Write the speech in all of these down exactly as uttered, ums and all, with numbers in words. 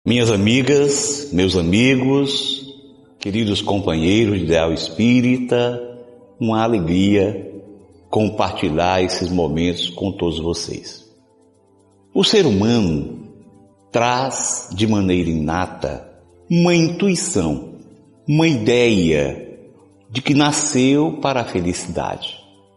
Minhas amigas, meus amigos, queridos companheiros de Ideal Espírita, uma alegria compartilhar esses momentos com todos vocês. O ser humano traz de maneira inata uma intuição, uma ideia de que nasceu para a felicidade.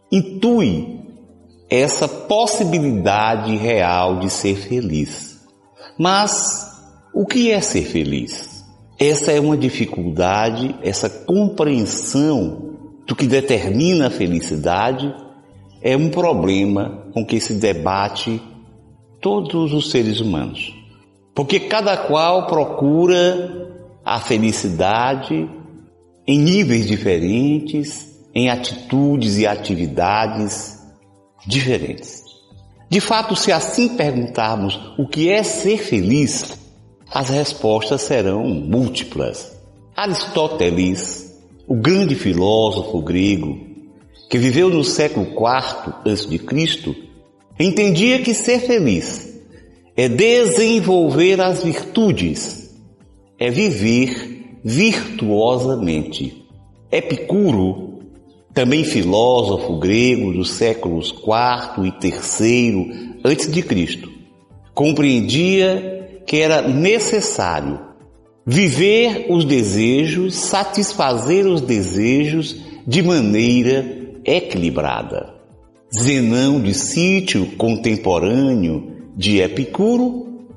Intui essa possibilidade real de ser feliz. Mas o que é ser feliz? Essa é uma dificuldade, essa compreensão do que determina a felicidade é um problema com que se debate todos os seres humanos. Porque cada qual procura a felicidade em níveis diferentes, em atitudes e atividades diferentes. De fato, se assim perguntarmos o que é ser feliz, as respostas serão múltiplas. Aristóteles, o grande filósofo grego, que viveu no século quarto antes de Cristo, entendia que ser feliz é desenvolver as virtudes, é viver virtuosamente. Epicuro, também filósofo grego dos séculos quarto e terceiro antes de Cristo, compreendia que era necessário viver os desejos, satisfazer os desejos de maneira equilibrada. Zenão, discípulo contemporâneo de Epicuro,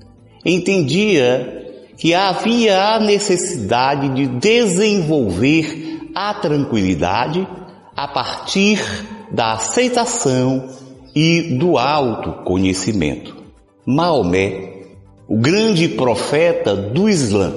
entendia que havia a necessidade de desenvolver a tranquilidade a partir da aceitação e do autoconhecimento. Maomé, o grande profeta do Islã,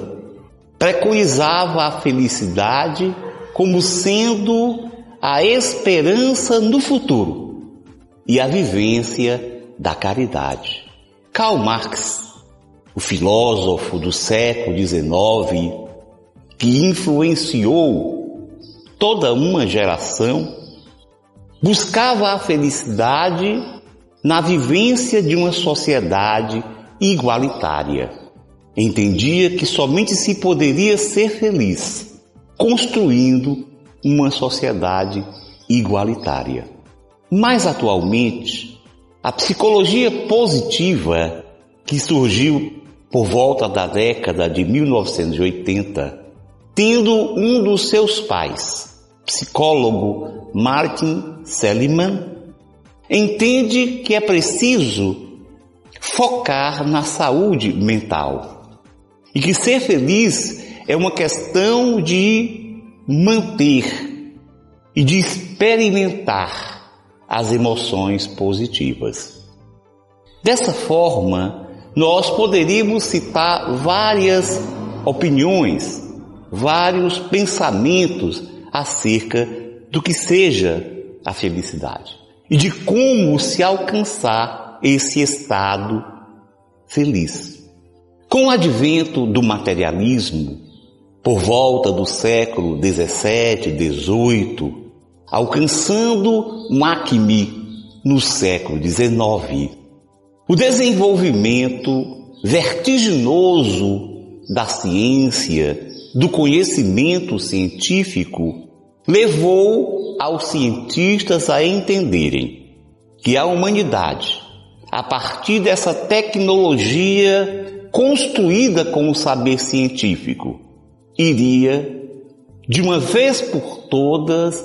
preconizava a felicidade como sendo a esperança no futuro e a vivência da caridade. Karl Marx, o filósofo do século dezenove, que influenciou toda uma geração, buscava a felicidade na vivência de uma sociedade igualitária. Entendia que somente se poderia ser feliz construindo uma sociedade igualitária. Mais atualmente, a psicologia positiva, que surgiu por volta da década de mil novecentos e oitenta, tendo um dos seus pais, psicólogo Martin Seligman, entende que é preciso focar na saúde mental e que ser feliz é uma questão de manter e de experimentar as emoções positivas. Dessa forma, nós poderíamos citar várias opiniões, vários pensamentos acerca do que seja a felicidade e de como se alcançar esse estado feliz. Com o advento do materialismo, por volta do século dezessete, dezoito, alcançando um acme no século dezenove, o desenvolvimento vertiginoso da ciência, do conhecimento científico, levou aos cientistas a entenderem que a humanidade, a partir dessa tecnologia construída com o saber científico, iria, de uma vez por todas,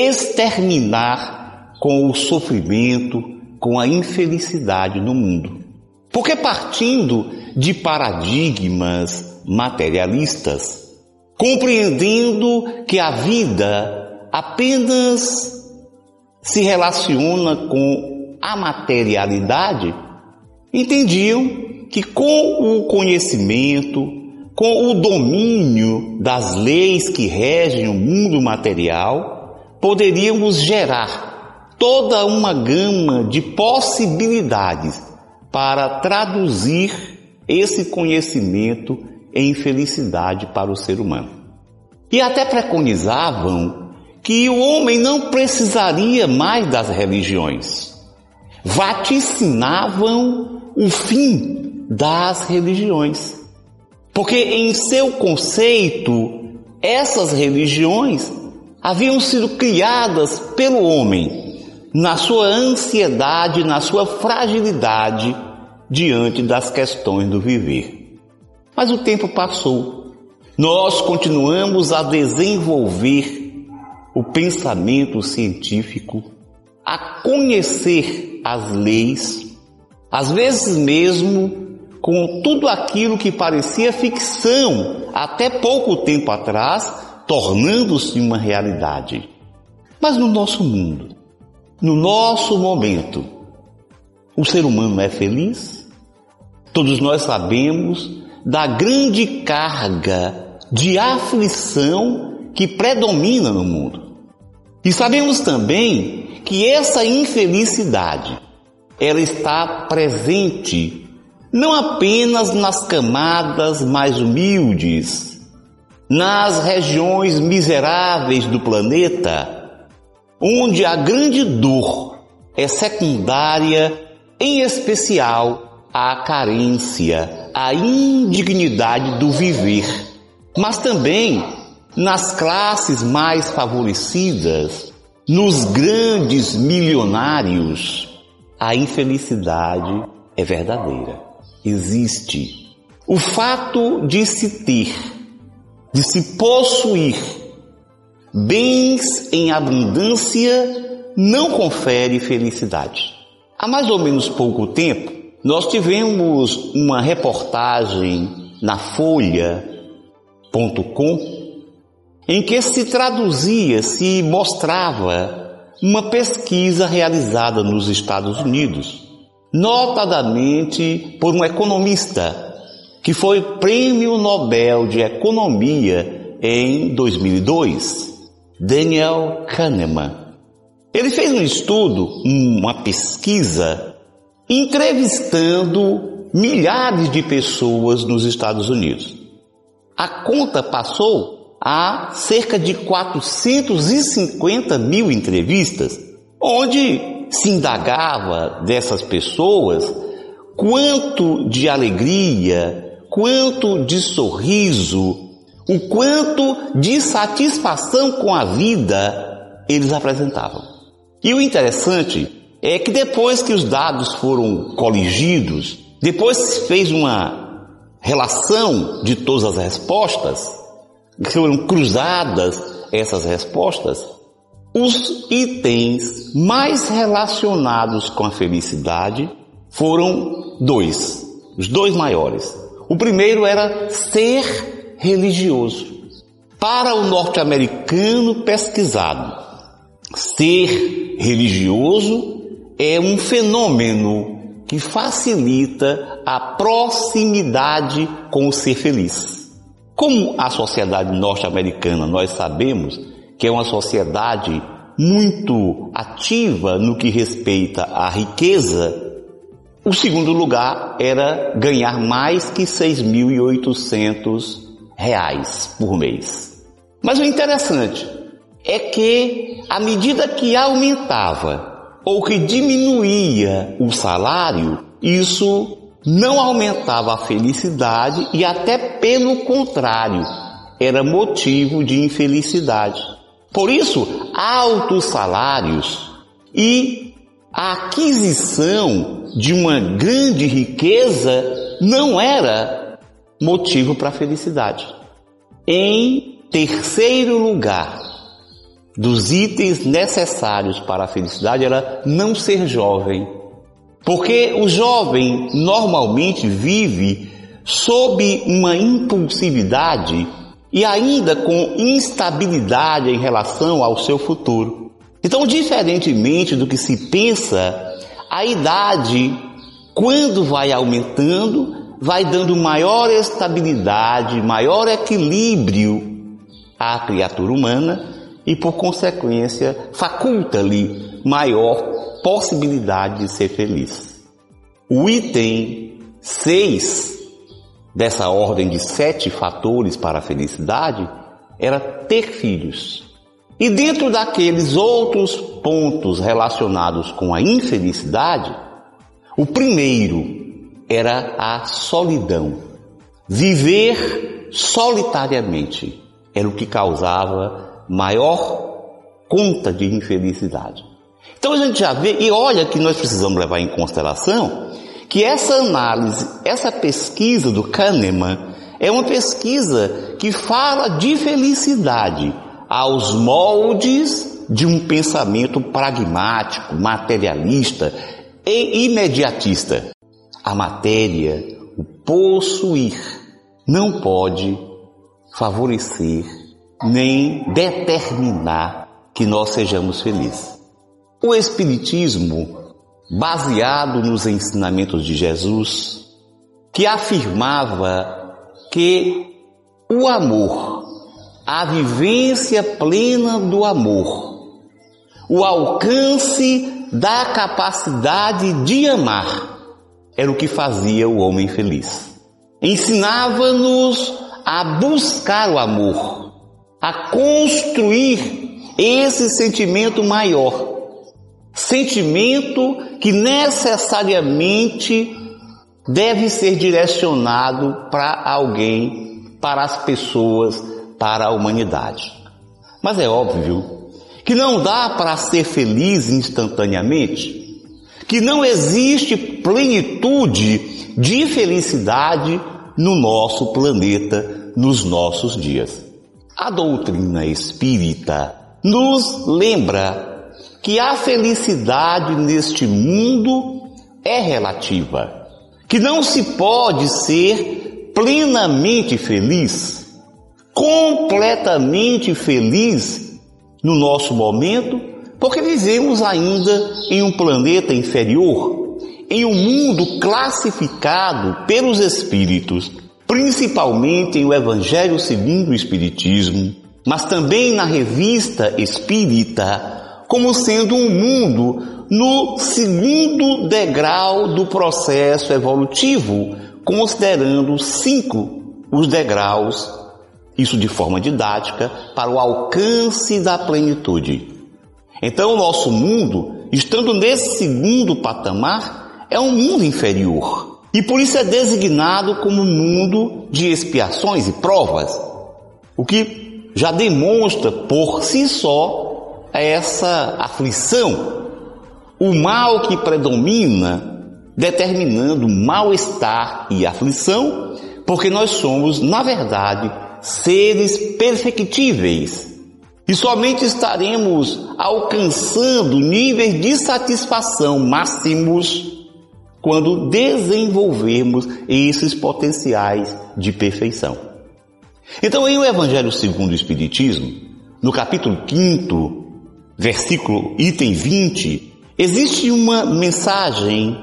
exterminar com o sofrimento, com a infelicidade no mundo. Porque partindo de paradigmas materialistas, compreendendo que a vida apenas se relaciona com a materialidade, entendiam que com o conhecimento, com o domínio das leis que regem o mundo material, poderíamos gerar toda uma gama de possibilidades para traduzir esse conhecimento em felicidade para o ser humano. E até preconizavam que o homem não precisaria mais das religiões. Vaticinavam o fim das religiões. Porque em seu conceito, essas religiões haviam sido criadas pelo homem na sua ansiedade, na sua fragilidade diante das questões do viver. Mas o tempo passou. Nós continuamos a desenvolver o pensamento científico, a conhecer as leis, às vezes mesmo com tudo aquilo que parecia ficção até pouco tempo atrás, tornando-se uma realidade. Mas no nosso mundo, no nosso momento, o ser humano é feliz? Todos nós sabemos da grande carga de aflição que predomina no mundo. E sabemos também que essa infelicidade, ela está presente não apenas nas camadas mais humildes, nas regiões miseráveis do planeta, onde a grande dor é secundária, em especial à carência, à indignidade do viver, mas também nas classes mais favorecidas, nos grandes milionários. A infelicidade é verdadeira. Existe. O fato de se ter, de se possuir bens em abundância não confere felicidade. Há mais ou menos pouco tempo, nós tivemos uma reportagem na Folha ponto com em que se traduzia, se mostrava uma pesquisa realizada nos Estados Unidos, notadamente por um economista que foi Prêmio Nobel de Economia em dois mil e dois, Daniel Kahneman. Ele fez um estudo, uma pesquisa, entrevistando milhares de pessoas nos Estados Unidos. A conta passou a cerca de quatrocentas e cinquenta mil entrevistas, onde se indagava dessas pessoas quanto de alegria, quanto de sorriso, o quanto de satisfação com a vida eles apresentavam. E o interessante é que depois que os dados foram coligidos, depois se fez uma relação de todas as respostas, foram cruzadas essas respostas, os itens mais relacionados com a felicidade foram dois, os dois maiores. O primeiro era ser religioso. Para o norte-americano pesquisado, ser religioso é um fenômeno que facilita a proximidade com o ser feliz. Como a sociedade norte-americana, nós sabemos que é uma sociedade muito ativa no que respeita à riqueza, o segundo lugar era ganhar mais que seis mil e oitocentos reais por mês. Mas o interessante é que, à medida que aumentava ou que diminuía o salário, isso não aumentava a felicidade e até pelo contrário, era motivo de infelicidade. Por isso, altos salários e a aquisição de uma grande riqueza não era motivo para a felicidade. Em terceiro lugar, dos itens necessários para a felicidade era não ser jovem. Porque o jovem normalmente vive sob uma impulsividade e ainda com instabilidade em relação ao seu futuro. Então, diferentemente do que se pensa, a idade, quando vai aumentando, vai dando maior estabilidade, maior equilíbrio à criatura humana e, por consequência, faculta-lhe maior possibilidade de ser feliz. O item seis dessa ordem de sete fatores para a felicidade era ter filhos. E dentro daqueles outros pontos relacionados com a infelicidade, o primeiro era a solidão. Viver solitariamente era o que causava maior conta de infelicidade. Então a gente já vê, e olha que nós precisamos levar em consideração que essa análise, essa pesquisa do Kahneman é uma pesquisa que fala de felicidade aos moldes de um pensamento pragmático, materialista e imediatista. A matéria, o possuir, não pode favorecer nem determinar que nós sejamos felizes. O Espiritismo, baseado nos ensinamentos de Jesus, que afirmava que o amor, a vivência plena do amor, o alcance da capacidade de amar, era o que fazia o homem feliz. Ensinava-nos a buscar o amor, a construir esse sentimento maior, sentimento que necessariamente deve ser direcionado para alguém, para as pessoas, para a humanidade. Mas é óbvio que não dá para ser feliz instantaneamente, que não existe plenitude de felicidade no nosso planeta, nos nossos dias. A doutrina espírita nos lembra que a felicidade neste mundo é relativa, que não se pode ser plenamente feliz, completamente feliz no nosso momento, porque vivemos ainda em um planeta inferior, em um mundo classificado pelos espíritos, principalmente em o Evangelho segundo o Espiritismo, mas também na Revista Espírita, como sendo um mundo no segundo degrau do processo evolutivo, considerando cinco os degraus, isso de forma didática, para o alcance da plenitude. Então o nosso mundo, estando nesse segundo patamar, é um mundo inferior. E por isso é designado como mundo de expiações e provas, o que já demonstra por si só essa aflição, o mal que predomina, determinando mal-estar e aflição, porque nós somos, na verdade, seres perfectíveis. E somente estaremos alcançando níveis de satisfação máximos quando desenvolvermos esses potenciais de perfeição. Então, em o Evangelho segundo o Espiritismo, no capítulo quinto, versículo item vinte, existe uma mensagem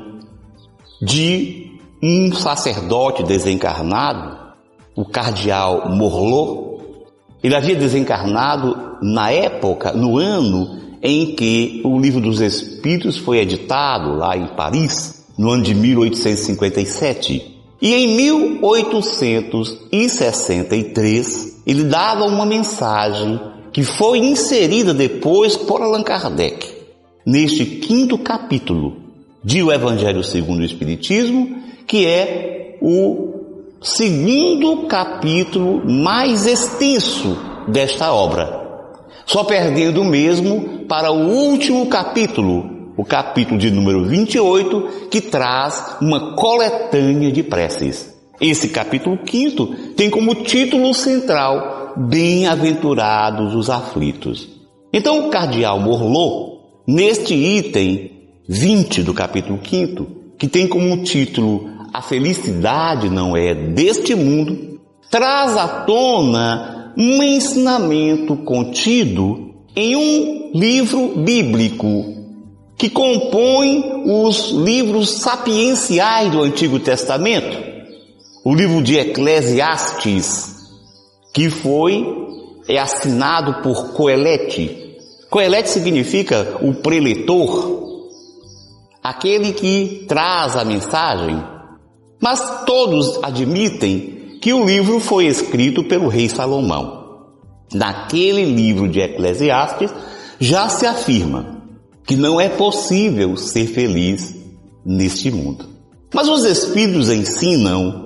de um sacerdote desencarnado, o cardeal Morlot. Ele havia desencarnado na época, no ano em que o Livro dos Espíritos foi editado lá em Paris, no ano de mil oitocentos e cinquenta e sete. E em mil oitocentos e sessenta e três, ele dava uma mensagem que foi inserida depois por Allan Kardec, neste quinto capítulo de O Evangelho segundo o Espiritismo, que é o segundo capítulo mais extenso desta obra, só perdendo mesmo para o último capítulo, o capítulo de número vinte e oito, que traz uma coletânea de preces. Esse capítulo quinto tem como título central Bem-aventurados os aflitos. Então o cardeal Morlot, neste item vinte do capítulo quinto, que tem como título A felicidade não é deste mundo, traz à tona um ensinamento contido em um livro bíblico que compõe os livros sapienciais do Antigo Testamento, o livro de Eclesiastes, que foi é assinado por Coelete. Coelete significa o preletor, aquele que traz a mensagem. Mas todos admitem que o livro foi escrito pelo rei Salomão. Naquele livro de Eclesiastes já se afirma que não é possível ser feliz neste mundo. Mas os Espíritos ensinam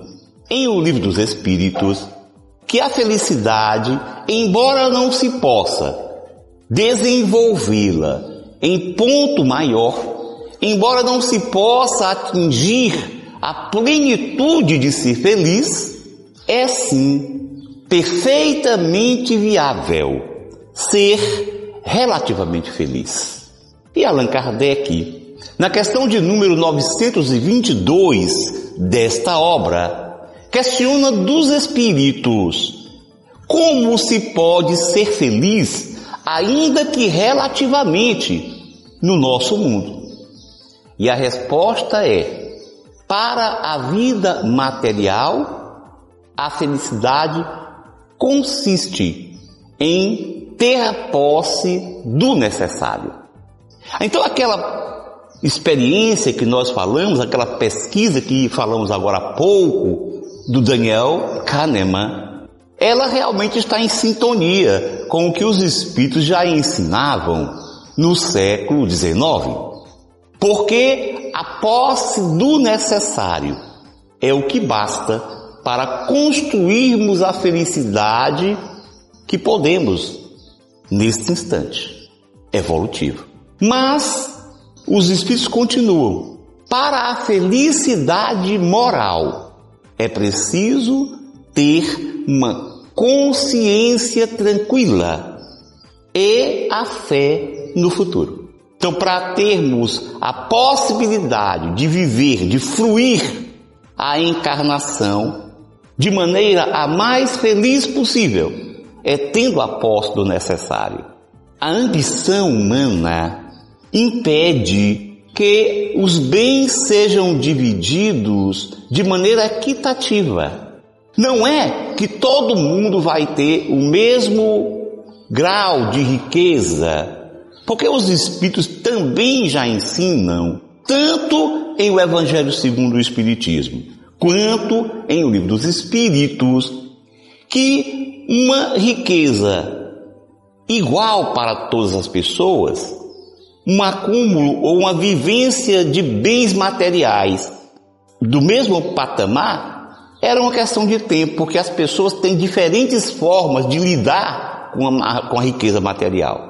em O Livro dos Espíritos que a felicidade, embora não se possa desenvolvê-la em ponto maior, embora não se possa atingir a plenitude de ser feliz, é sim perfeitamente viável ser relativamente feliz. E Allan Kardec, na questão de número novecentos e vinte e dois desta obra, questiona dos espíritos como se pode ser feliz, ainda que relativamente, no nosso mundo. E a resposta é: para a vida material, a felicidade consiste em ter a posse do necessário. Então aquela experiência que nós falamos, aquela pesquisa que falamos agora há pouco, do Daniel Kahneman, ela realmente está em sintonia com o que os espíritos já ensinavam no século dezenove. Porque a posse do necessário é o que basta para construirmos a felicidade que podemos neste instante evolutivo. Mas os espíritos continuam: para a felicidade moral é preciso ter uma consciência tranquila e a fé no futuro. Então, para termos a possibilidade de viver, de fruir a encarnação de maneira a mais feliz possível, é tendo a posse do necessário. A ambição humana impede que os bens sejam divididos de maneira equitativa. Não é que todo mundo vai ter o mesmo grau de riqueza, porque os Espíritos também já ensinam, tanto em o Evangelho segundo o Espiritismo, quanto em o Livro dos Espíritos, que uma riqueza igual para todas as pessoas, um acúmulo ou uma vivência de bens materiais do mesmo patamar, era uma questão de tempo, porque as pessoas têm diferentes formas de lidar com a, com a riqueza material.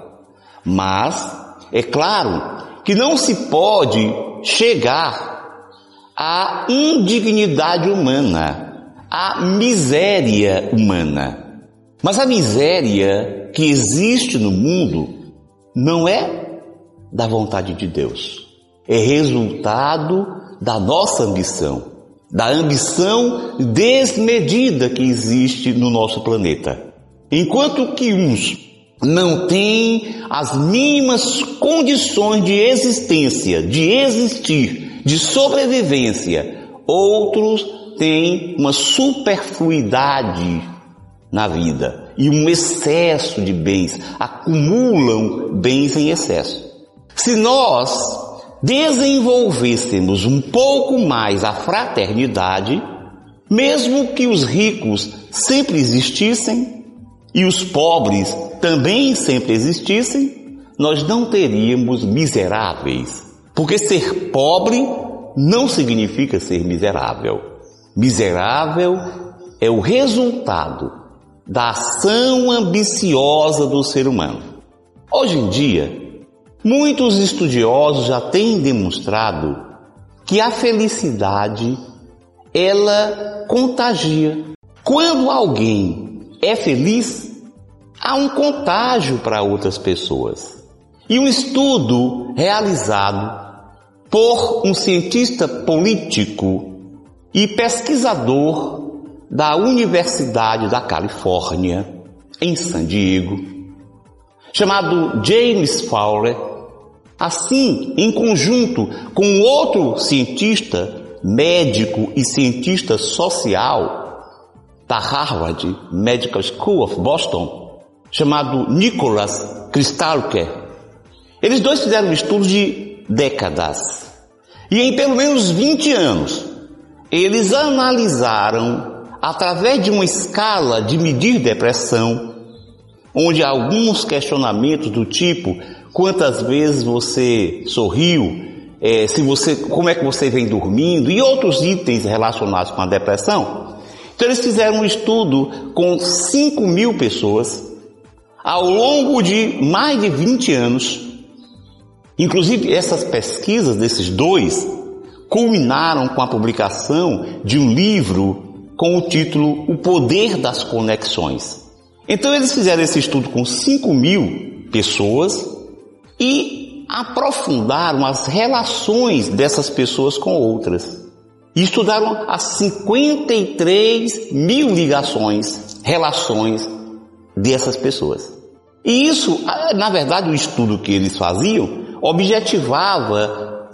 Mas é claro que não se pode chegar à indignidade humana, à miséria humana. Mas a miséria que existe no mundo não é da vontade de Deus. É resultado da nossa ambição, da ambição desmedida que existe no nosso planeta. Enquanto que uns não têm as mínimas condições de existência, de existir, de sobrevivência, outros têm uma superfluidade na vida e um excesso de bens, acumulam bens em excesso. Se nós desenvolvêssemos um pouco mais a fraternidade, mesmo que os ricos sempre existissem e os pobres também sempre existissem, nós não teríamos miseráveis, porque ser pobre não significa ser miserável. Miserável é o resultado da ação ambiciosa do ser humano. Hoje em dia, muitos estudiosos já têm demonstrado que a felicidade, ela contagia. Quando alguém é feliz, há um contágio para outras pessoas. E um estudo realizado por um cientista político e pesquisador da Universidade da Califórnia, em San Diego, chamado James Fowler, assim, em conjunto com outro cientista, médico e cientista social da Harvard Medical School of Boston, chamado Nicholas Krystalker. Eles dois fizeram um estudo de décadas. E em pelo menos vinte anos, eles analisaram, através de uma escala de medir depressão, onde há alguns questionamentos do tipo: quantas vezes você sorriu, é, se você, como é que você vem dormindo, e outros itens relacionados com a depressão. Então eles fizeram um estudo com cinco mil pessoas ao longo de mais de vinte anos. Inclusive essas pesquisas desses dois culminaram com a publicação de um livro com o título O Poder das Conexões. Então eles fizeram esse estudo com cinco mil pessoas e aprofundaram as relações dessas pessoas com outras. E estudaram as cinquenta e três mil ligações, relações dessas pessoas. E isso, na verdade, o estudo que eles faziam objetivava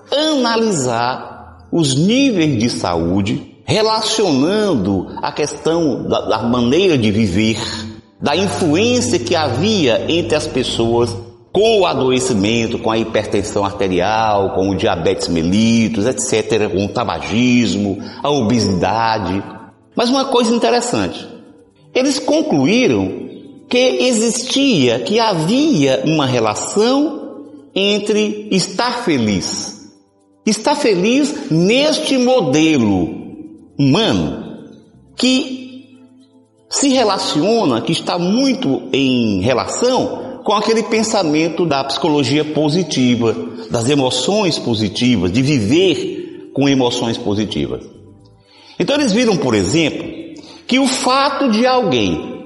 analisar os níveis de saúde, relacionando a questão da, da maneira de viver, da influência que havia entre as pessoas com o adoecimento, com a hipertensão arterial, com o diabetes mellitus, etcétera, com o tabagismo, a obesidade. Mas uma coisa interessante, eles concluíram que existia, que havia uma relação entre estar feliz. Estar feliz neste modelo humano que se relaciona, que está muito em relação com aquele pensamento da psicologia positiva, das emoções positivas, de viver com emoções positivas. Então eles viram, por exemplo, que o fato de alguém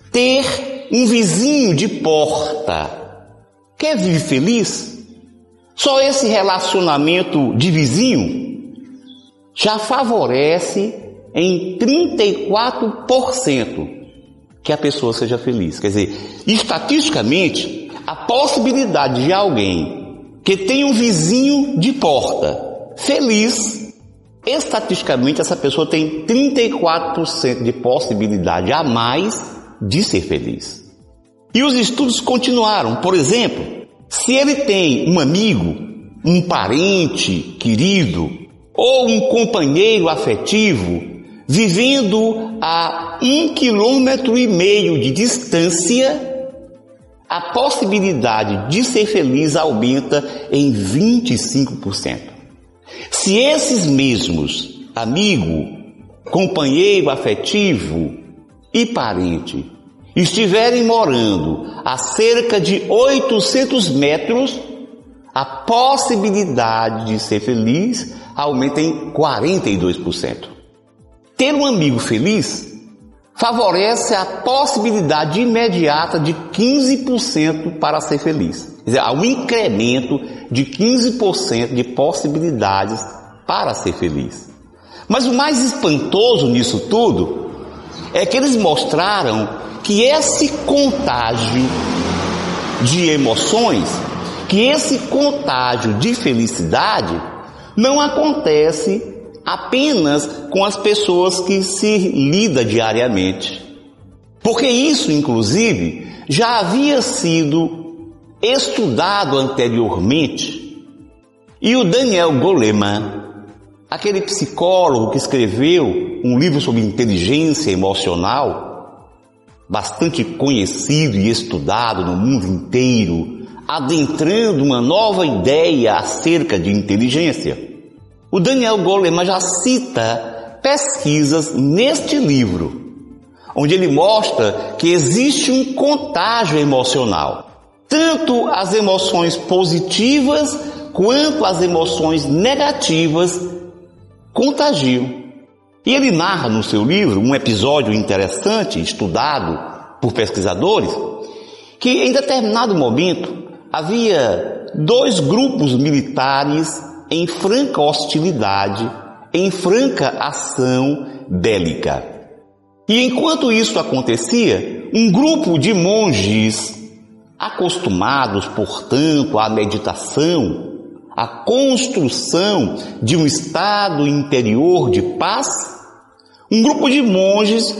ter um vizinho de porta quer viver feliz, só esse relacionamento de vizinho já favorece em trinta e quatro por cento que a pessoa seja feliz. Quer dizer, estatisticamente, a possibilidade de alguém que tem um vizinho de porta feliz, estatisticamente essa pessoa tem trinta e quatro por cento de possibilidade a mais de ser feliz. E os estudos continuaram. Por exemplo, se ele tem um amigo, um parente querido ou um companheiro afetivo vivendo a um quilômetro e meio de distância, a possibilidade de ser feliz aumenta em vinte e cinco por cento. Se esses mesmos, amigo, companheiro afetivo e parente, estiverem morando a cerca de oitocentos metros, a possibilidade de ser feliz aumenta em quarenta e dois por cento. Ter um amigo feliz favorece a possibilidade imediata de quinze por cento para ser feliz. Quer dizer, há um incremento de quinze por cento de possibilidades para ser feliz. Mas o mais espantoso nisso tudo é que eles mostraram que esse contágio de emoções, que esse contágio de felicidade não acontece apenas com as pessoas que se lida diariamente. Porque isso, inclusive, já havia sido estudado anteriormente. E o Daniel Goleman, aquele psicólogo que escreveu um livro sobre inteligência emocional, bastante conhecido e estudado no mundo inteiro, adentrando uma nova ideia acerca de inteligência, o Daniel Goleman já cita pesquisas neste livro, onde ele mostra que existe um contágio emocional. Tanto as emoções positivas quanto as emoções negativas contagiam. E ele narra no seu livro um episódio interessante, estudado por pesquisadores, que em determinado momento havia dois grupos militares em franca hostilidade, em franca ação bélica. E enquanto isso acontecia, um grupo de monges, acostumados, portanto, à meditação, à construção de um estado interior de paz, um grupo de monges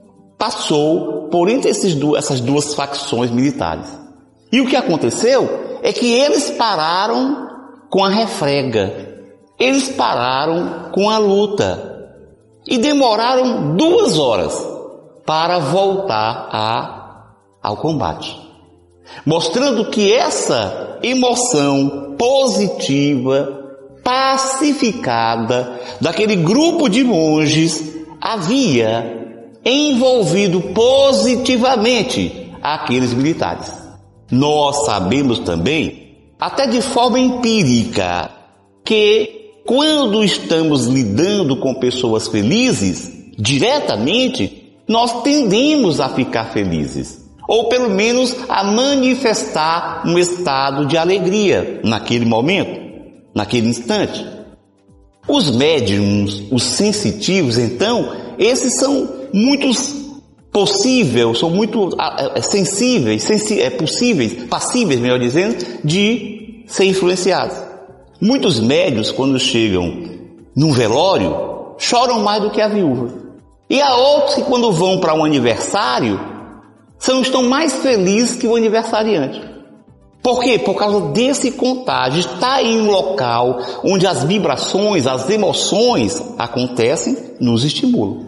passou por entre esses du- essas duas facções militares. E o que aconteceu é que eles pararam com a refrega, eles pararam com a luta e demoraram duas horas para voltar a, ao combate, mostrando que essa emoção positiva, pacificada daquele grupo de monges havia envolvido positivamente aqueles militares. Nós sabemos também, até de forma empírica, que quando estamos lidando com pessoas felizes, diretamente, nós tendemos a ficar felizes, ou pelo menos a manifestar um estado de alegria naquele momento, naquele instante. Os médiums, os sensitivos, então, esses são muitos possíveis, são muito é, sensíveis, sensi é, possíveis, passíveis, melhor dizendo, de ser influenciados. Muitos médiuns, quando chegam num velório, choram mais do que a viúva. E há outros que, quando vão para um aniversário, são, estão mais felizes que o aniversariante. Por quê? Por causa desse contágio. Está em um local onde as vibrações, as emoções acontecem, nos estimulam.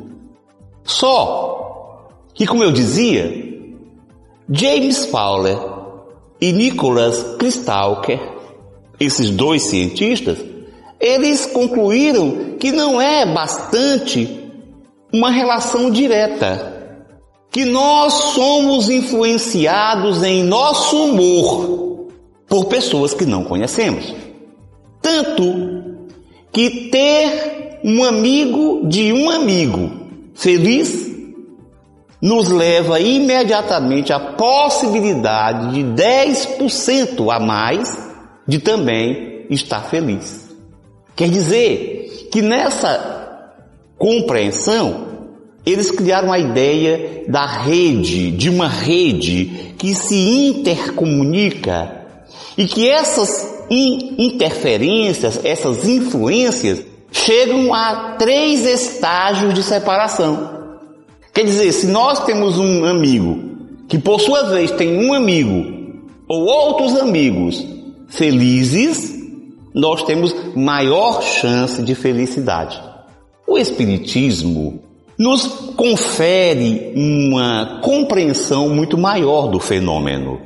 Só que, como eu dizia, James Fowler e Nicholas Kristallker, esses dois cientistas, eles concluíram que não é bastante uma relação direta, que nós somos influenciados em nosso humor por pessoas que não conhecemos. Tanto que ter um amigo de um amigo feliz nos leva imediatamente à possibilidade de dez por cento a mais de também estar feliz. Quer dizer que nessa compreensão, eles criaram a ideia da rede, de uma rede que se intercomunica e que essas interferências, essas influências chegam a três estágios de separação. Quer dizer, se nós temos um amigo que por sua vez tem um amigo ou outros amigos felizes, nós temos maior chance de felicidade. O Espiritismo nos confere uma compreensão muito maior do fenômeno.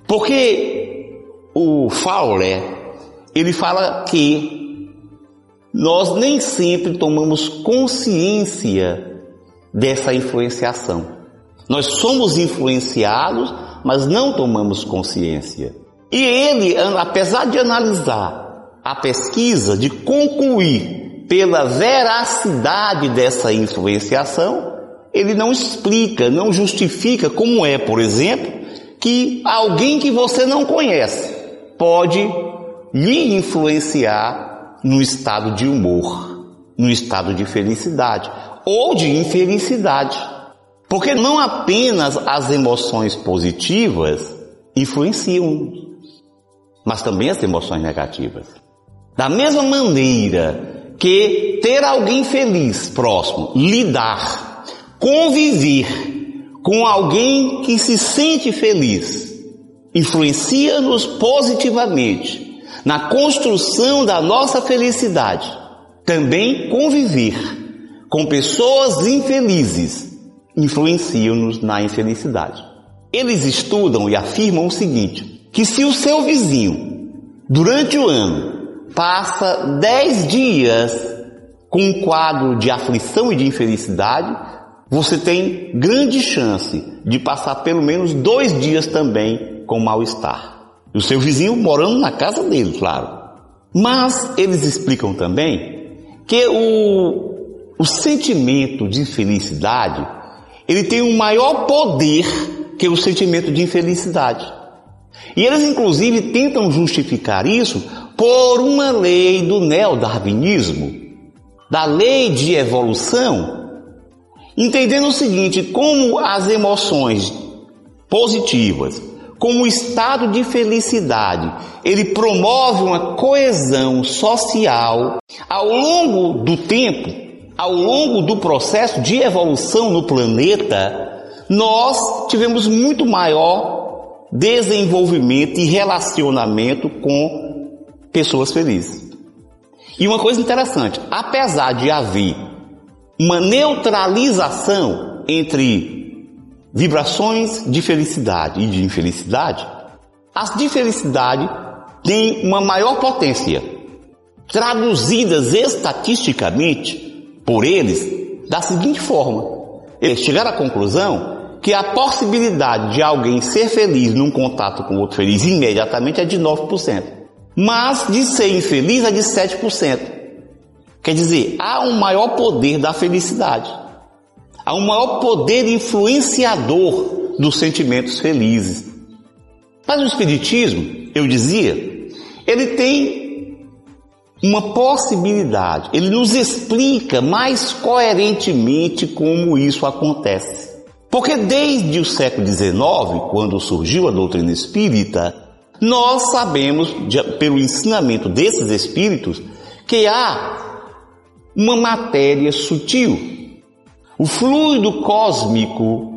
Porque o Fowler, ele fala que nós nem sempre tomamos consciência dessa influenciação. Nós somos influenciados, mas não tomamos consciência. E ele, apesar de analisar a pesquisa, de concluir pela veracidade dessa influenciação, ele não explica, não justifica como é, por exemplo, que alguém que você não conhece pode lhe influenciar no estado de humor, no estado de felicidade ou de infelicidade. Porque não apenas as emoções positivas influenciam, mas também as emoções negativas. Da mesma maneira que ter alguém feliz próximo, lidar, conviver com alguém que se sente feliz, influencia-nos positivamente na construção da nossa felicidade. Também conviver com pessoas infelizes influencia-nos na infelicidade. Eles estudam e afirmam o seguinte, que se o seu vizinho, durante o ano, passa dez dias com um quadro de aflição e de infelicidade, você tem grande chance de passar pelo menos dois dias também com mal-estar. O seu vizinho morando na casa dele, claro. Mas eles explicam também que o, o sentimento de felicidade, ele tem um maior poder que o sentimento de infelicidade. E eles inclusive tentam justificar isso por uma lei do neodarwinismo, da lei de evolução, entendendo o seguinte, como as emoções positivas, como o estado de felicidade, ele promove uma coesão social ao longo do tempo, ao longo do processo de evolução no planeta, nós tivemos muito maior desenvolvimento e relacionamento com pessoas felizes. E uma coisa interessante, apesar de haver uma neutralização entre vibrações de felicidade e de infelicidade, as de felicidade têm uma maior potência, traduzidas estatisticamente por eles da seguinte forma, eles chegaram à conclusão que a possibilidade de alguém ser feliz num contato com outro feliz imediatamente é de nove por cento, mas de ser infeliz é de sete por cento. Quer dizer, há um maior poder da felicidade, há um maior poder influenciador dos sentimentos felizes. Mas o Espiritismo, eu dizia, ele tem uma possibilidade, ele nos explica mais coerentemente como isso acontece. Porque desde o século dezenove, quando surgiu a doutrina espírita, nós sabemos, pelo ensinamento desses espíritos, que há uma matéria sutil, o fluido cósmico,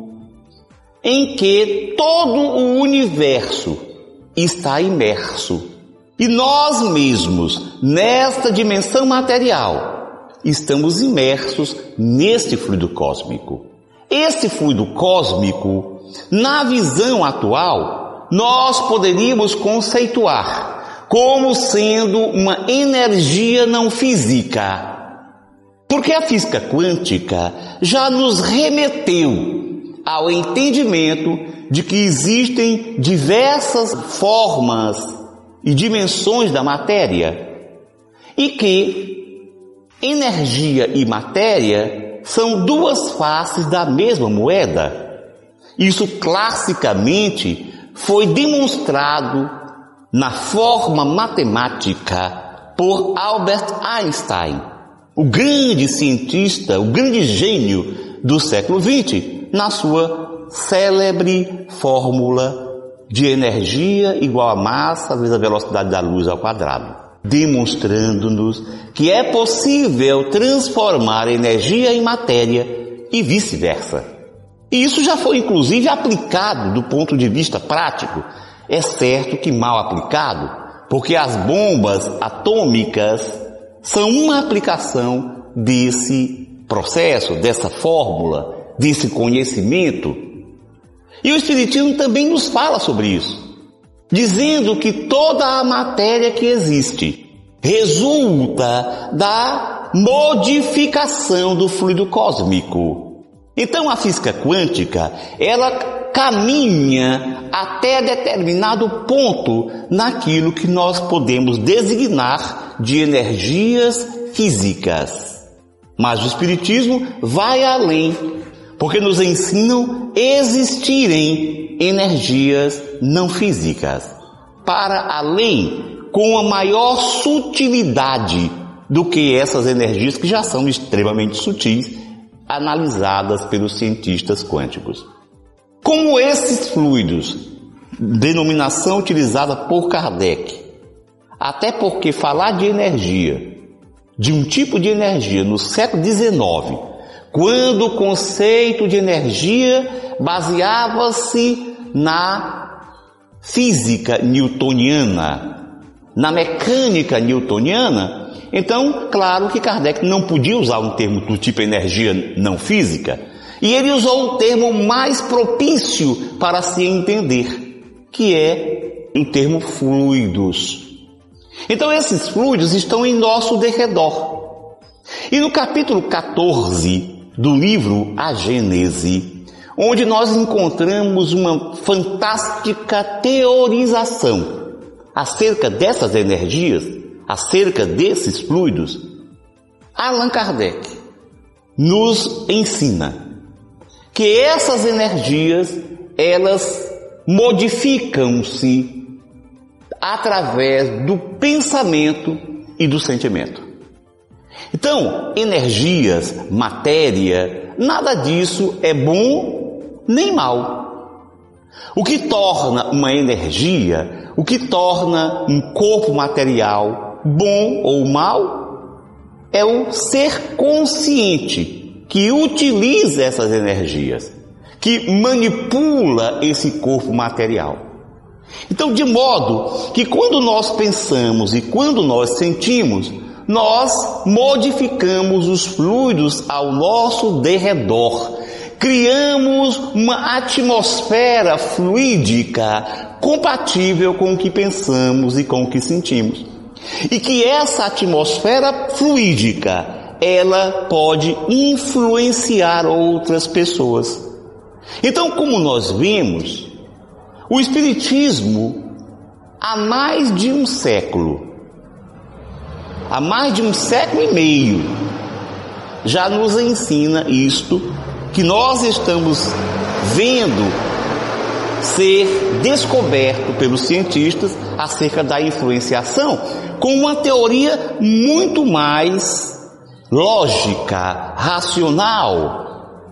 em que todo o universo está imerso. E nós mesmos, nesta dimensão material, estamos imersos neste fluido cósmico. Esse fluido cósmico, na visão atual, nós poderíamos conceituar como sendo uma energia não física. Porque a física quântica já nos remeteu ao entendimento de que existem diversas formas e dimensões da matéria e que energia e matéria são duas faces da mesma moeda. Isso classicamente foi demonstrado na forma matemática por Albert Einstein, o grande cientista, o grande gênio do século vinte, na sua célebre fórmula de energia igual a massa vezes a velocidade da luz ao quadrado, demonstrando-nos que é possível transformar energia em matéria e vice-versa. E isso já foi inclusive aplicado do ponto de vista prático. É certo que mal aplicado, porque as bombas atômicas são uma aplicação desse processo, dessa fórmula, desse conhecimento. E o Espiritismo também nos fala sobre isso, dizendo que toda a matéria que existe resulta da modificação do fluido cósmico. Então a física quântica, ela caminha até determinado ponto naquilo que nós podemos designar de energias físicas. Mas o Espiritismo vai além, porque nos ensinam a existirem energias não físicas, para além, com a maior sutilidade do que essas energias que já são extremamente sutis, analisadas pelos cientistas quânticos. Como esses fluidos, denominação utilizada por Kardec, até porque falar de energia, de um tipo de energia no século dezenove, quando o conceito de energia baseava-se na física newtoniana, na mecânica newtoniana, então, claro que Kardec não podia usar um termo do tipo energia não física, e ele usou o termo mais propício para se entender, que é o termo fluidos. Então, esses fluidos estão em nosso derredor. E no capítulo quatorze do livro A Gênese, onde nós encontramos uma fantástica teorização acerca dessas energias, acerca desses fluidos, Allan Kardec nos ensina que essas energias, elas modificam-se através do pensamento e do sentimento. Então, energias, matéria, nada disso é bom nem mal. O que torna uma energia, o que torna um corpo material bom ou mal, é o ser consciente que utiliza essas energias, que manipula esse corpo material. Então, de modo que quando nós pensamos e quando nós sentimos, nós modificamos os fluidos ao nosso derredor, criamos uma atmosfera fluídica compatível com o que pensamos e com o que sentimos. E que essa atmosfera fluídica, ela pode influenciar outras pessoas. Então, como nós vemos, o Espiritismo, há mais de um século, há mais de um século e meio, já nos ensina isto que nós estamos vendo ser descoberto pelos cientistas acerca da influenciação, com uma teoria muito mais lógica, racional.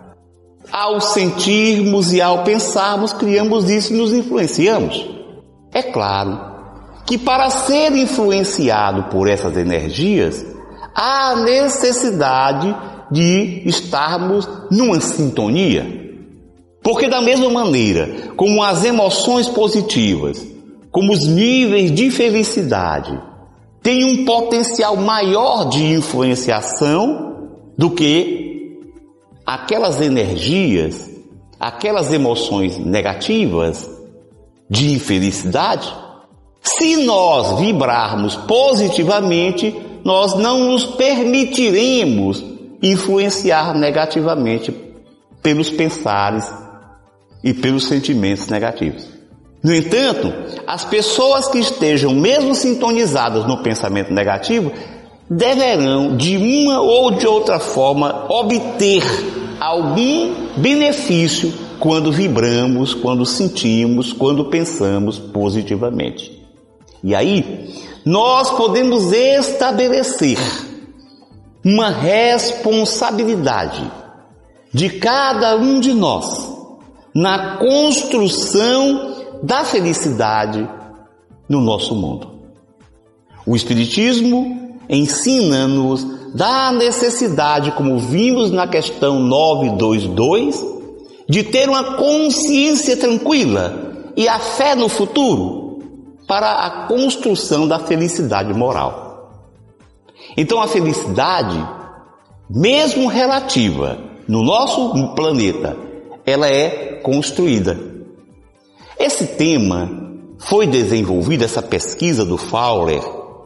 Ao sentirmos e ao pensarmos, criamos isso e nos influenciamos. É claro que para ser influenciado por essas energias, há necessidade de estarmos numa sintonia. Porque da mesma maneira como as emoções positivas, como os níveis de felicidade, têm um potencial maior de influenciação do que aquelas energias, aquelas emoções negativas de infelicidade, se nós vibrarmos positivamente, nós não nos permitiremos influenciar negativamente pelos pensares e pelos sentimentos negativos. No entanto, as pessoas que estejam mesmo sintonizadas no pensamento negativo deverão, de uma ou de outra forma, obter algum benefício quando vibramos, quando sentimos, quando pensamos positivamente. E aí, nós podemos estabelecer uma responsabilidade de cada um de nós na construção da felicidade no nosso mundo. O Espiritismo ensina-nos da necessidade, como vimos na questão novecentos e vinte e dois, de ter uma consciência tranquila e a fé no futuro para a construção da felicidade moral. Então a felicidade, mesmo relativa, no nosso planeta, ela é construída. Esse tema foi desenvolvido, essa pesquisa do Fowler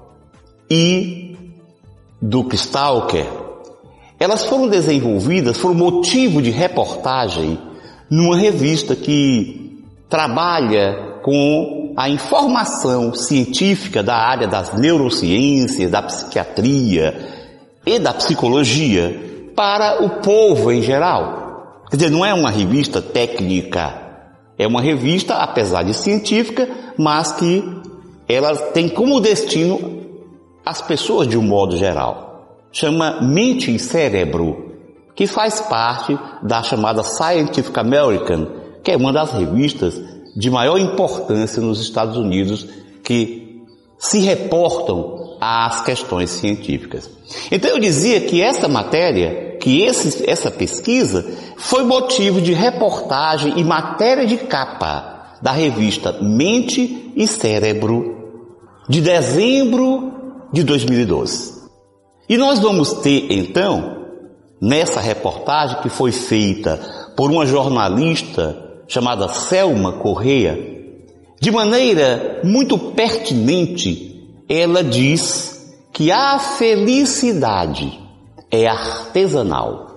e do Stalker, elas foram desenvolvidas, foram motivo de reportagem numa revista que trabalha com a informação científica da área das neurociências, da psiquiatria e da psicologia para o povo em geral. Quer dizer, não é uma revista técnica, é uma revista, apesar de científica, mas que ela tem como destino as pessoas de um modo geral. Chama Mente e Cérebro, que faz parte da chamada Scientific American, que é uma das revistas de maior importância nos Estados Unidos que se reportam às questões científicas. Então eu dizia que essa matéria, que esse, essa pesquisa foi motivo de reportagem e matéria de capa da revista Mente e Cérebro de dezembro de dois mil e doze. E nós vamos ter então, nessa reportagem que foi feita por uma jornalista chamada Selma Correia, de maneira muito pertinente, ela diz que a felicidade é artesanal.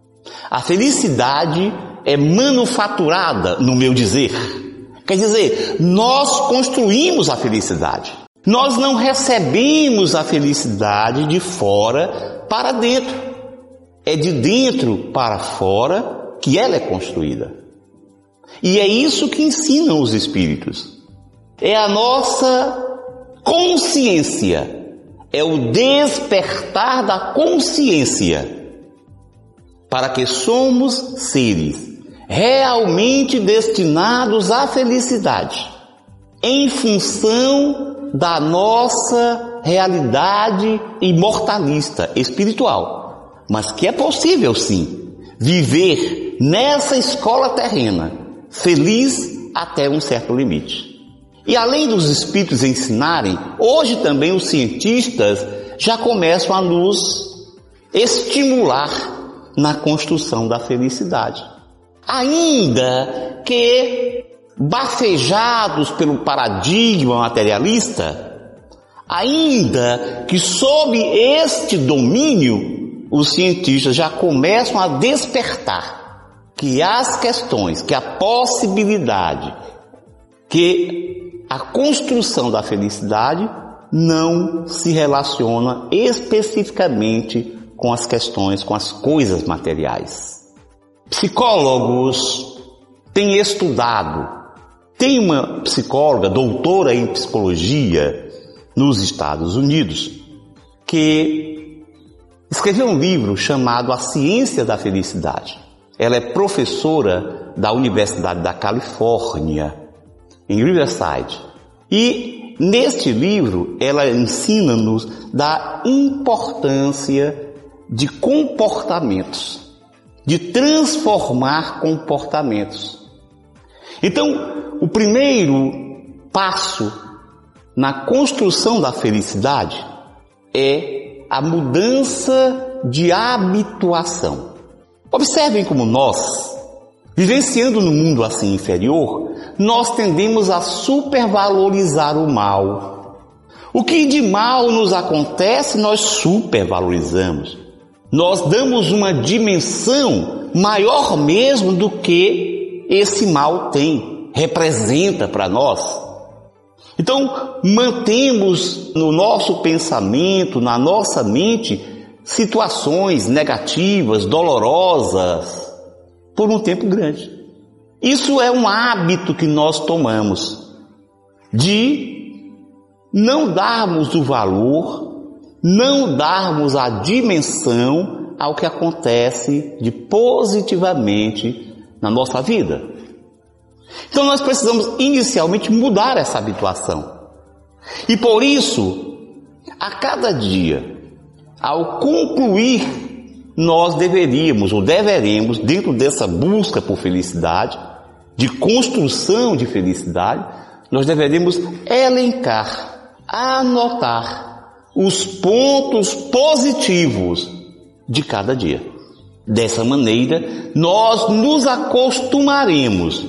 A felicidade é manufaturada, no meu dizer. Quer dizer, nós construímos a felicidade. Nós não recebemos a felicidade de fora para dentro. É de dentro para fora que ela é construída. E é isso que ensinam os espíritos. É a nossa consciência, é o despertar da consciência para que somos seres realmente destinados à felicidade, em função da nossa realidade imortalista, espiritual, mas que é possível sim viver nessa escola terrena feliz até um certo limite. E além dos espíritos ensinarem, hoje também os cientistas já começam a nos estimular na construção da felicidade. Ainda que bafejados pelo paradigma materialista, ainda que sob este domínio, os cientistas já começam a despertar que as questões, que a possibilidade, que a construção da felicidade não se relaciona especificamente com as questões, com as coisas materiais. Psicólogos têm estudado. Tem uma psicóloga, doutora em psicologia nos Estados Unidos, que escreveu um livro chamado A Ciência da Felicidade. Ela é professora da Universidade da Califórnia, em Riverside. E neste livro ela ensina-nos da importância de comportamentos, de transformar comportamentos. Então, o primeiro passo na construção da felicidade é a mudança de habituação. Observem como nós, vivenciando no mundo assim inferior, nós tendemos a supervalorizar o mal. O que de mal nos acontece, nós supervalorizamos. Nós damos uma dimensão maior mesmo do que esse mal tem, representa para nós. Então, mantemos no nosso pensamento, na nossa mente, situações negativas, dolorosas, por um tempo grande. Isso é um hábito que nós tomamos, de não darmos o valor, não darmos a dimensão ao que acontece de positivamente na nossa vida. Então nós precisamos inicialmente mudar essa habituação. E por isso, a cada dia, ao concluir, nós deveríamos ou deveremos, dentro dessa busca por felicidade, de construção de felicidade, nós deveríamos elencar, anotar os pontos positivos de cada dia. Dessa maneira, nós nos acostumaremos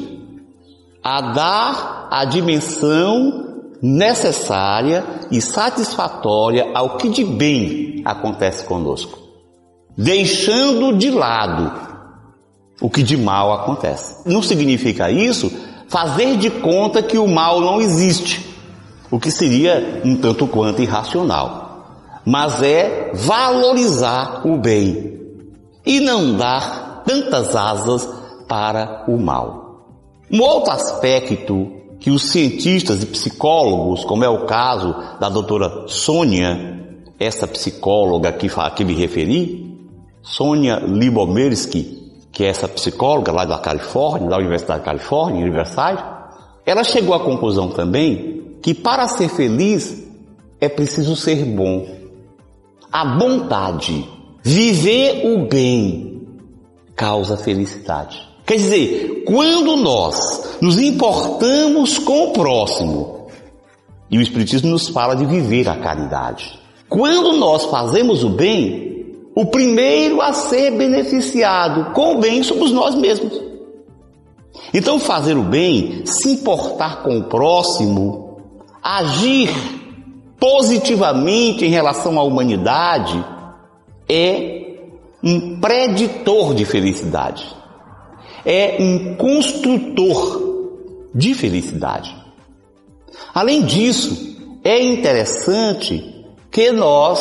a dar a dimensão necessária e satisfatória ao que de bem acontece conosco, deixando de lado o que de mal acontece. Não significa isso fazer de conta que o mal não existe, o que seria um tanto quanto irracional, mas é valorizar o bem e não dar tantas asas para o mal. Um outro aspecto que os cientistas e psicólogos, como é o caso da doutora Sônia, essa psicóloga que, que me referi, Sônia Lyubomirsky, que é essa psicóloga lá da Califórnia, da Universidade da Califórnia, em Riverside, ela chegou à conclusão também que para ser feliz é preciso ser bom. A bondade, viver o bem, causa felicidade. Quer dizer, quando nós nos importamos com o próximo, e o Espiritismo nos fala de viver a caridade, quando nós fazemos o bem, o primeiro a ser beneficiado com o bem somos nós mesmos. Então fazer o bem, se importar com o próximo, agir positivamente em relação à humanidade, é um preditor de felicidade. É um construtor de felicidade. Além disso, é interessante que nós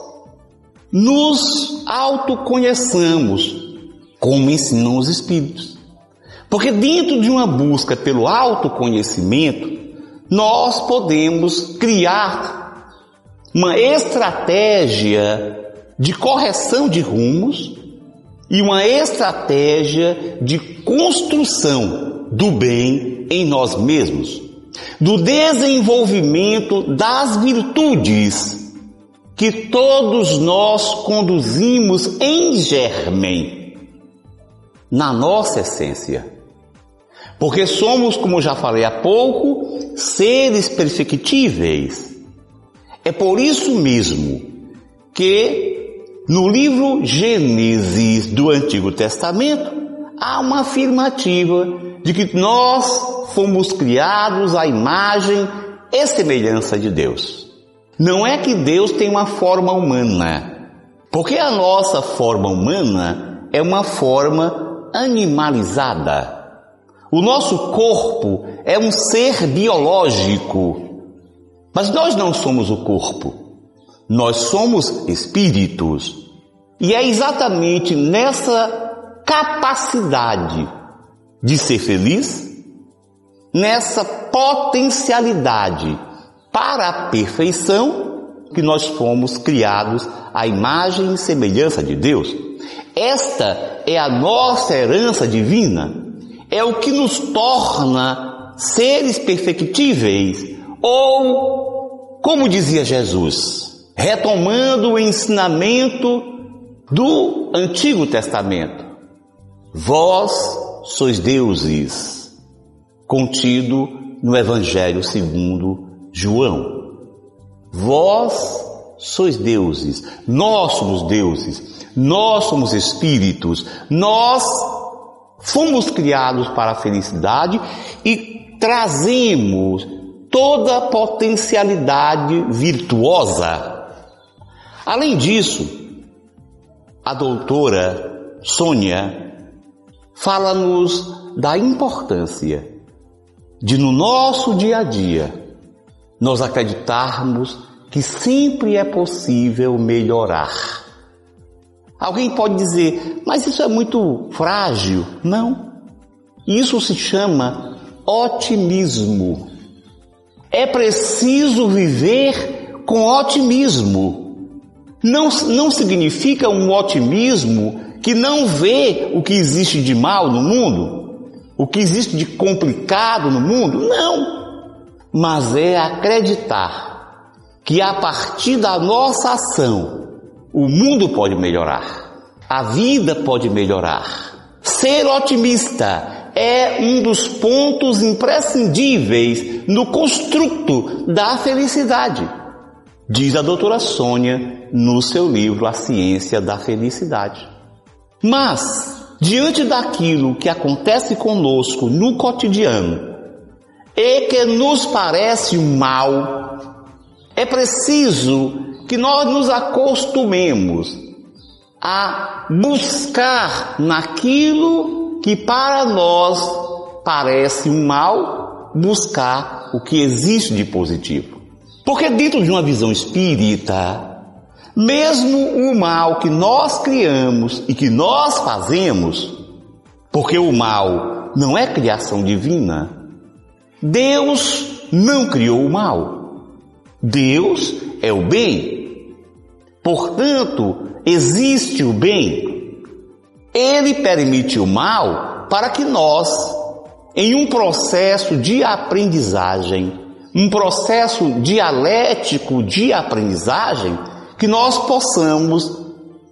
nos autoconheçamos, como ensinam os Espíritos. Porque dentro de uma busca pelo autoconhecimento, nós podemos criar uma estratégia de correção de rumos e uma estratégia de construção do bem em nós mesmos, do desenvolvimento das virtudes que todos nós conduzimos em germen, na nossa essência. Porque somos, como já falei há pouco, seres perfectíveis. É por isso mesmo que no livro Gênesis do Antigo Testamento, há uma afirmativa de que nós fomos criados à imagem e semelhança de Deus. Não é que Deus tem uma forma humana, Porque a nossa forma humana é uma forma animalizada. O nosso corpo é um ser biológico, mas nós não somos o corpo, nós somos espíritos. E é exatamente nessa capacidade de ser feliz, nessa potencialidade para a perfeição, que nós fomos criados à imagem e semelhança de Deus. Esta é a nossa herança divina. É o que nos torna seres perfectíveis, ou, como dizia Jesus, retomando o ensinamento do Antigo Testamento, vós sois deuses, contido no Evangelho segundo João. Vós sois deuses, nós somos deuses, nós somos espíritos, nós fomos criados para a felicidade e trazemos toda a potencialidade virtuosa. Além disso, a doutora Sônia fala-nos da importância de, no nosso dia a dia, nós acreditarmos que sempre é possível melhorar. Alguém pode dizer, mas isso é muito frágil. Não. Isso se chama otimismo. É preciso viver com otimismo. Não, não significa um otimismo que não vê o que existe de mal no mundo, o que existe de complicado no mundo. Não. Mas é acreditar que a partir da nossa ação, o mundo pode melhorar, a vida pode melhorar. Ser otimista é um dos pontos imprescindíveis no construto da felicidade, diz a doutora Sônia no seu livro A Ciência da Felicidade. Mas, diante daquilo que acontece conosco no cotidiano e que nos parece um mal, é preciso que nós nos acostumemos a buscar naquilo que para nós parece um mal, buscar o que existe de positivo. Porque dentro de uma visão espírita, mesmo o mal que nós criamos e que nós fazemos, porque o mal não é criação divina, Deus não criou o mal. Deus é o bem. Portanto, existe o bem. Ele permite o mal para que nós, em um processo de aprendizagem, um processo dialético de aprendizagem, que nós possamos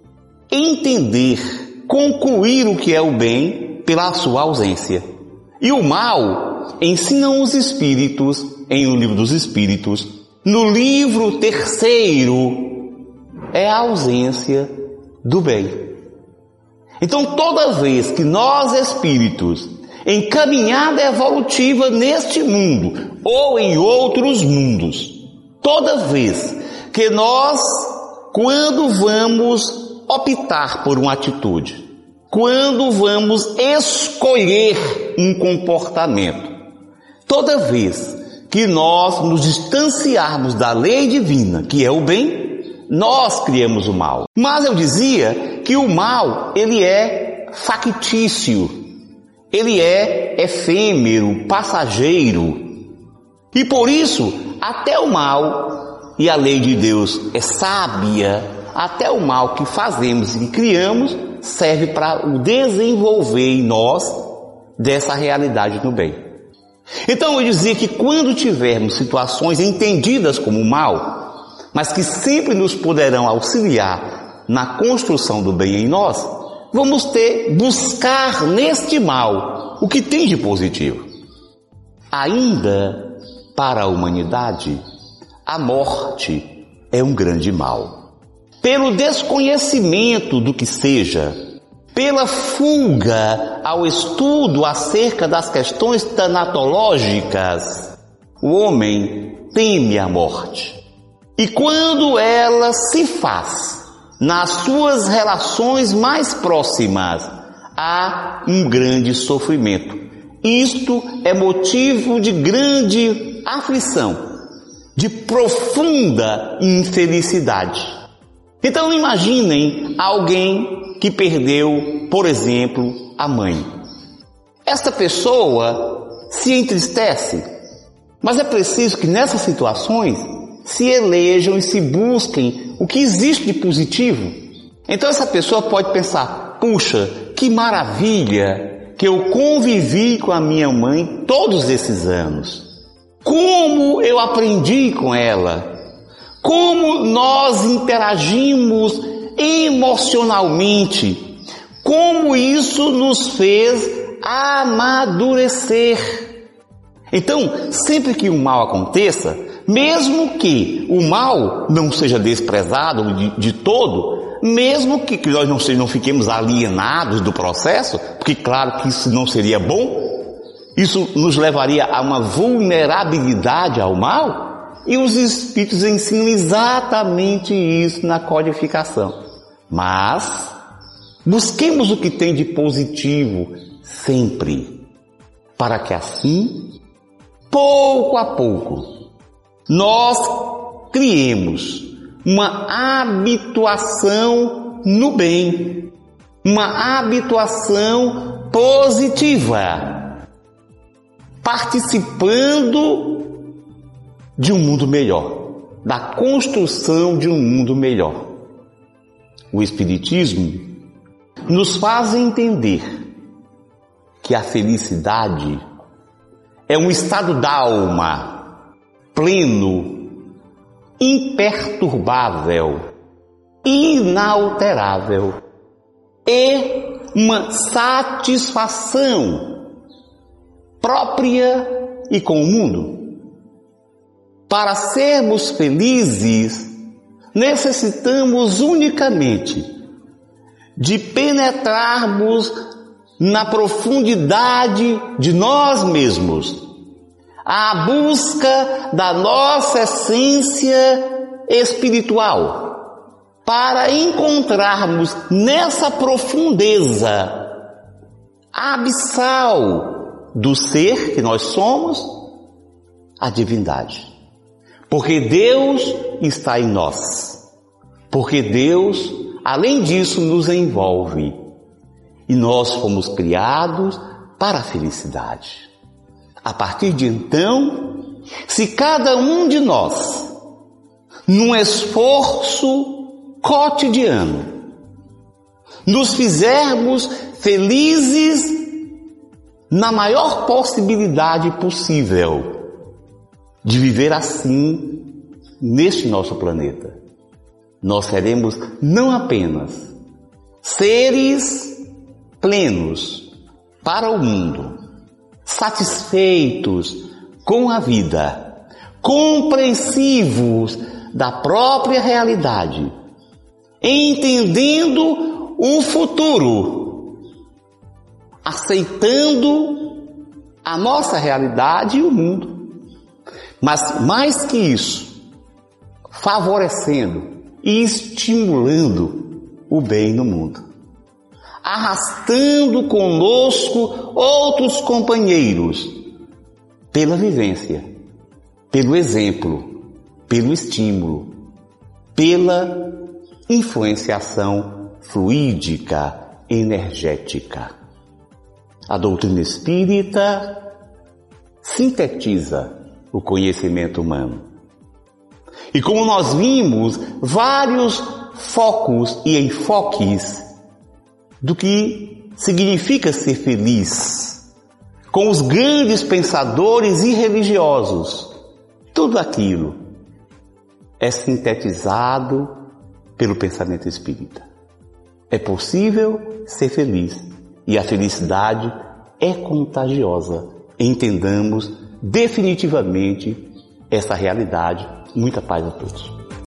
entender, concluir o que é o bem pela sua ausência. E o mal, ensinam os Espíritos, em O Livro dos Espíritos, no livro terceiro, é a ausência do bem. Então, toda vez que nós espíritos, em caminhada evolutiva neste mundo, ou em outros mundos, toda vez que nós, quando vamos optar por uma atitude, quando vamos escolher um comportamento, toda vez que nós nos distanciarmos da lei divina, que é o bem, nós criamos o mal. Mas eu dizia que o mal, ele é factício, ele é efêmero, passageiro. E por isso, até o mal, e a lei de Deus é sábia, até o mal que fazemos e criamos serve para o desenvolver em nós dessa realidade do bem. Então eu dizia que quando tivermos situações entendidas como mal, mas que sempre nos poderão auxiliar na construção do bem em nós, vamos ter, buscar neste mal o que tem de positivo. Ainda para a humanidade, a morte é um grande mal. Pelo desconhecimento do que seja, pela fuga ao estudo acerca das questões tanatológicas, o homem teme a morte. E quando ela se faz nas suas relações mais próximas, há um grande sofrimento. Isto é motivo de grande aflição, de profunda infelicidade. Então imaginem alguém que perdeu, por exemplo, a mãe. Esta pessoa se entristece, mas é preciso que nessas situações se elejam e se busquem o que existe de positivo. Então essa pessoa pode pensar: puxa, que maravilha que eu convivi com a minha mãe todos esses anos. Como eu aprendi com ela. Como nós interagimos emocionalmente. Como isso nos fez amadurecer. Então, sempre que um mal aconteça, mesmo que o mal não seja desprezado de, de todo, mesmo que, que nós não, se, não fiquemos alienados do processo, porque claro que isso não seria bom, isso nos levaria a uma vulnerabilidade ao mal, e os Espíritos ensinam exatamente isso na codificação. Mas, busquemos o que tem de positivo sempre, para que assim, pouco a pouco, nós criemos uma habituação no bem, uma habituação positiva, participando de um mundo melhor, da construção de um mundo melhor. O Espiritismo nos faz entender que a felicidade é um estado da alma pleno, imperturbável, inalterável e uma satisfação própria e com o mundo. Para sermos felizes, necessitamos unicamente de penetrarmos na profundidade de nós mesmos, à busca da nossa essência espiritual, para encontrarmos nessa profundeza abissal do ser que nós somos, a divindade. Porque Deus está em nós. Porque Deus, além disso, nos envolve. E nós fomos criados para a felicidade. A partir de então, se cada um de nós, num esforço cotidiano, nos fizermos felizes na maior possibilidade possível de viver assim neste nosso planeta, nós seremos não apenas seres plenos para o mundo, satisfeitos com a vida, compreensivos da própria realidade, entendendo o futuro, aceitando a nossa realidade e o mundo. Mas mais que isso, favorecendo e estimulando o bem no mundo, arrastando conosco outros companheiros pela vivência, pelo exemplo, pelo estímulo, pela influenciação fluídica, energética. A doutrina espírita sintetiza o conhecimento humano. E como nós vimos, vários focos e enfoques do que significa ser feliz, com os grandes pensadores e religiosos, tudo aquilo é sintetizado pelo pensamento espírita. É possível ser feliz e a felicidade é contagiosa. Entendamos definitivamente essa realidade. Muita paz a todos.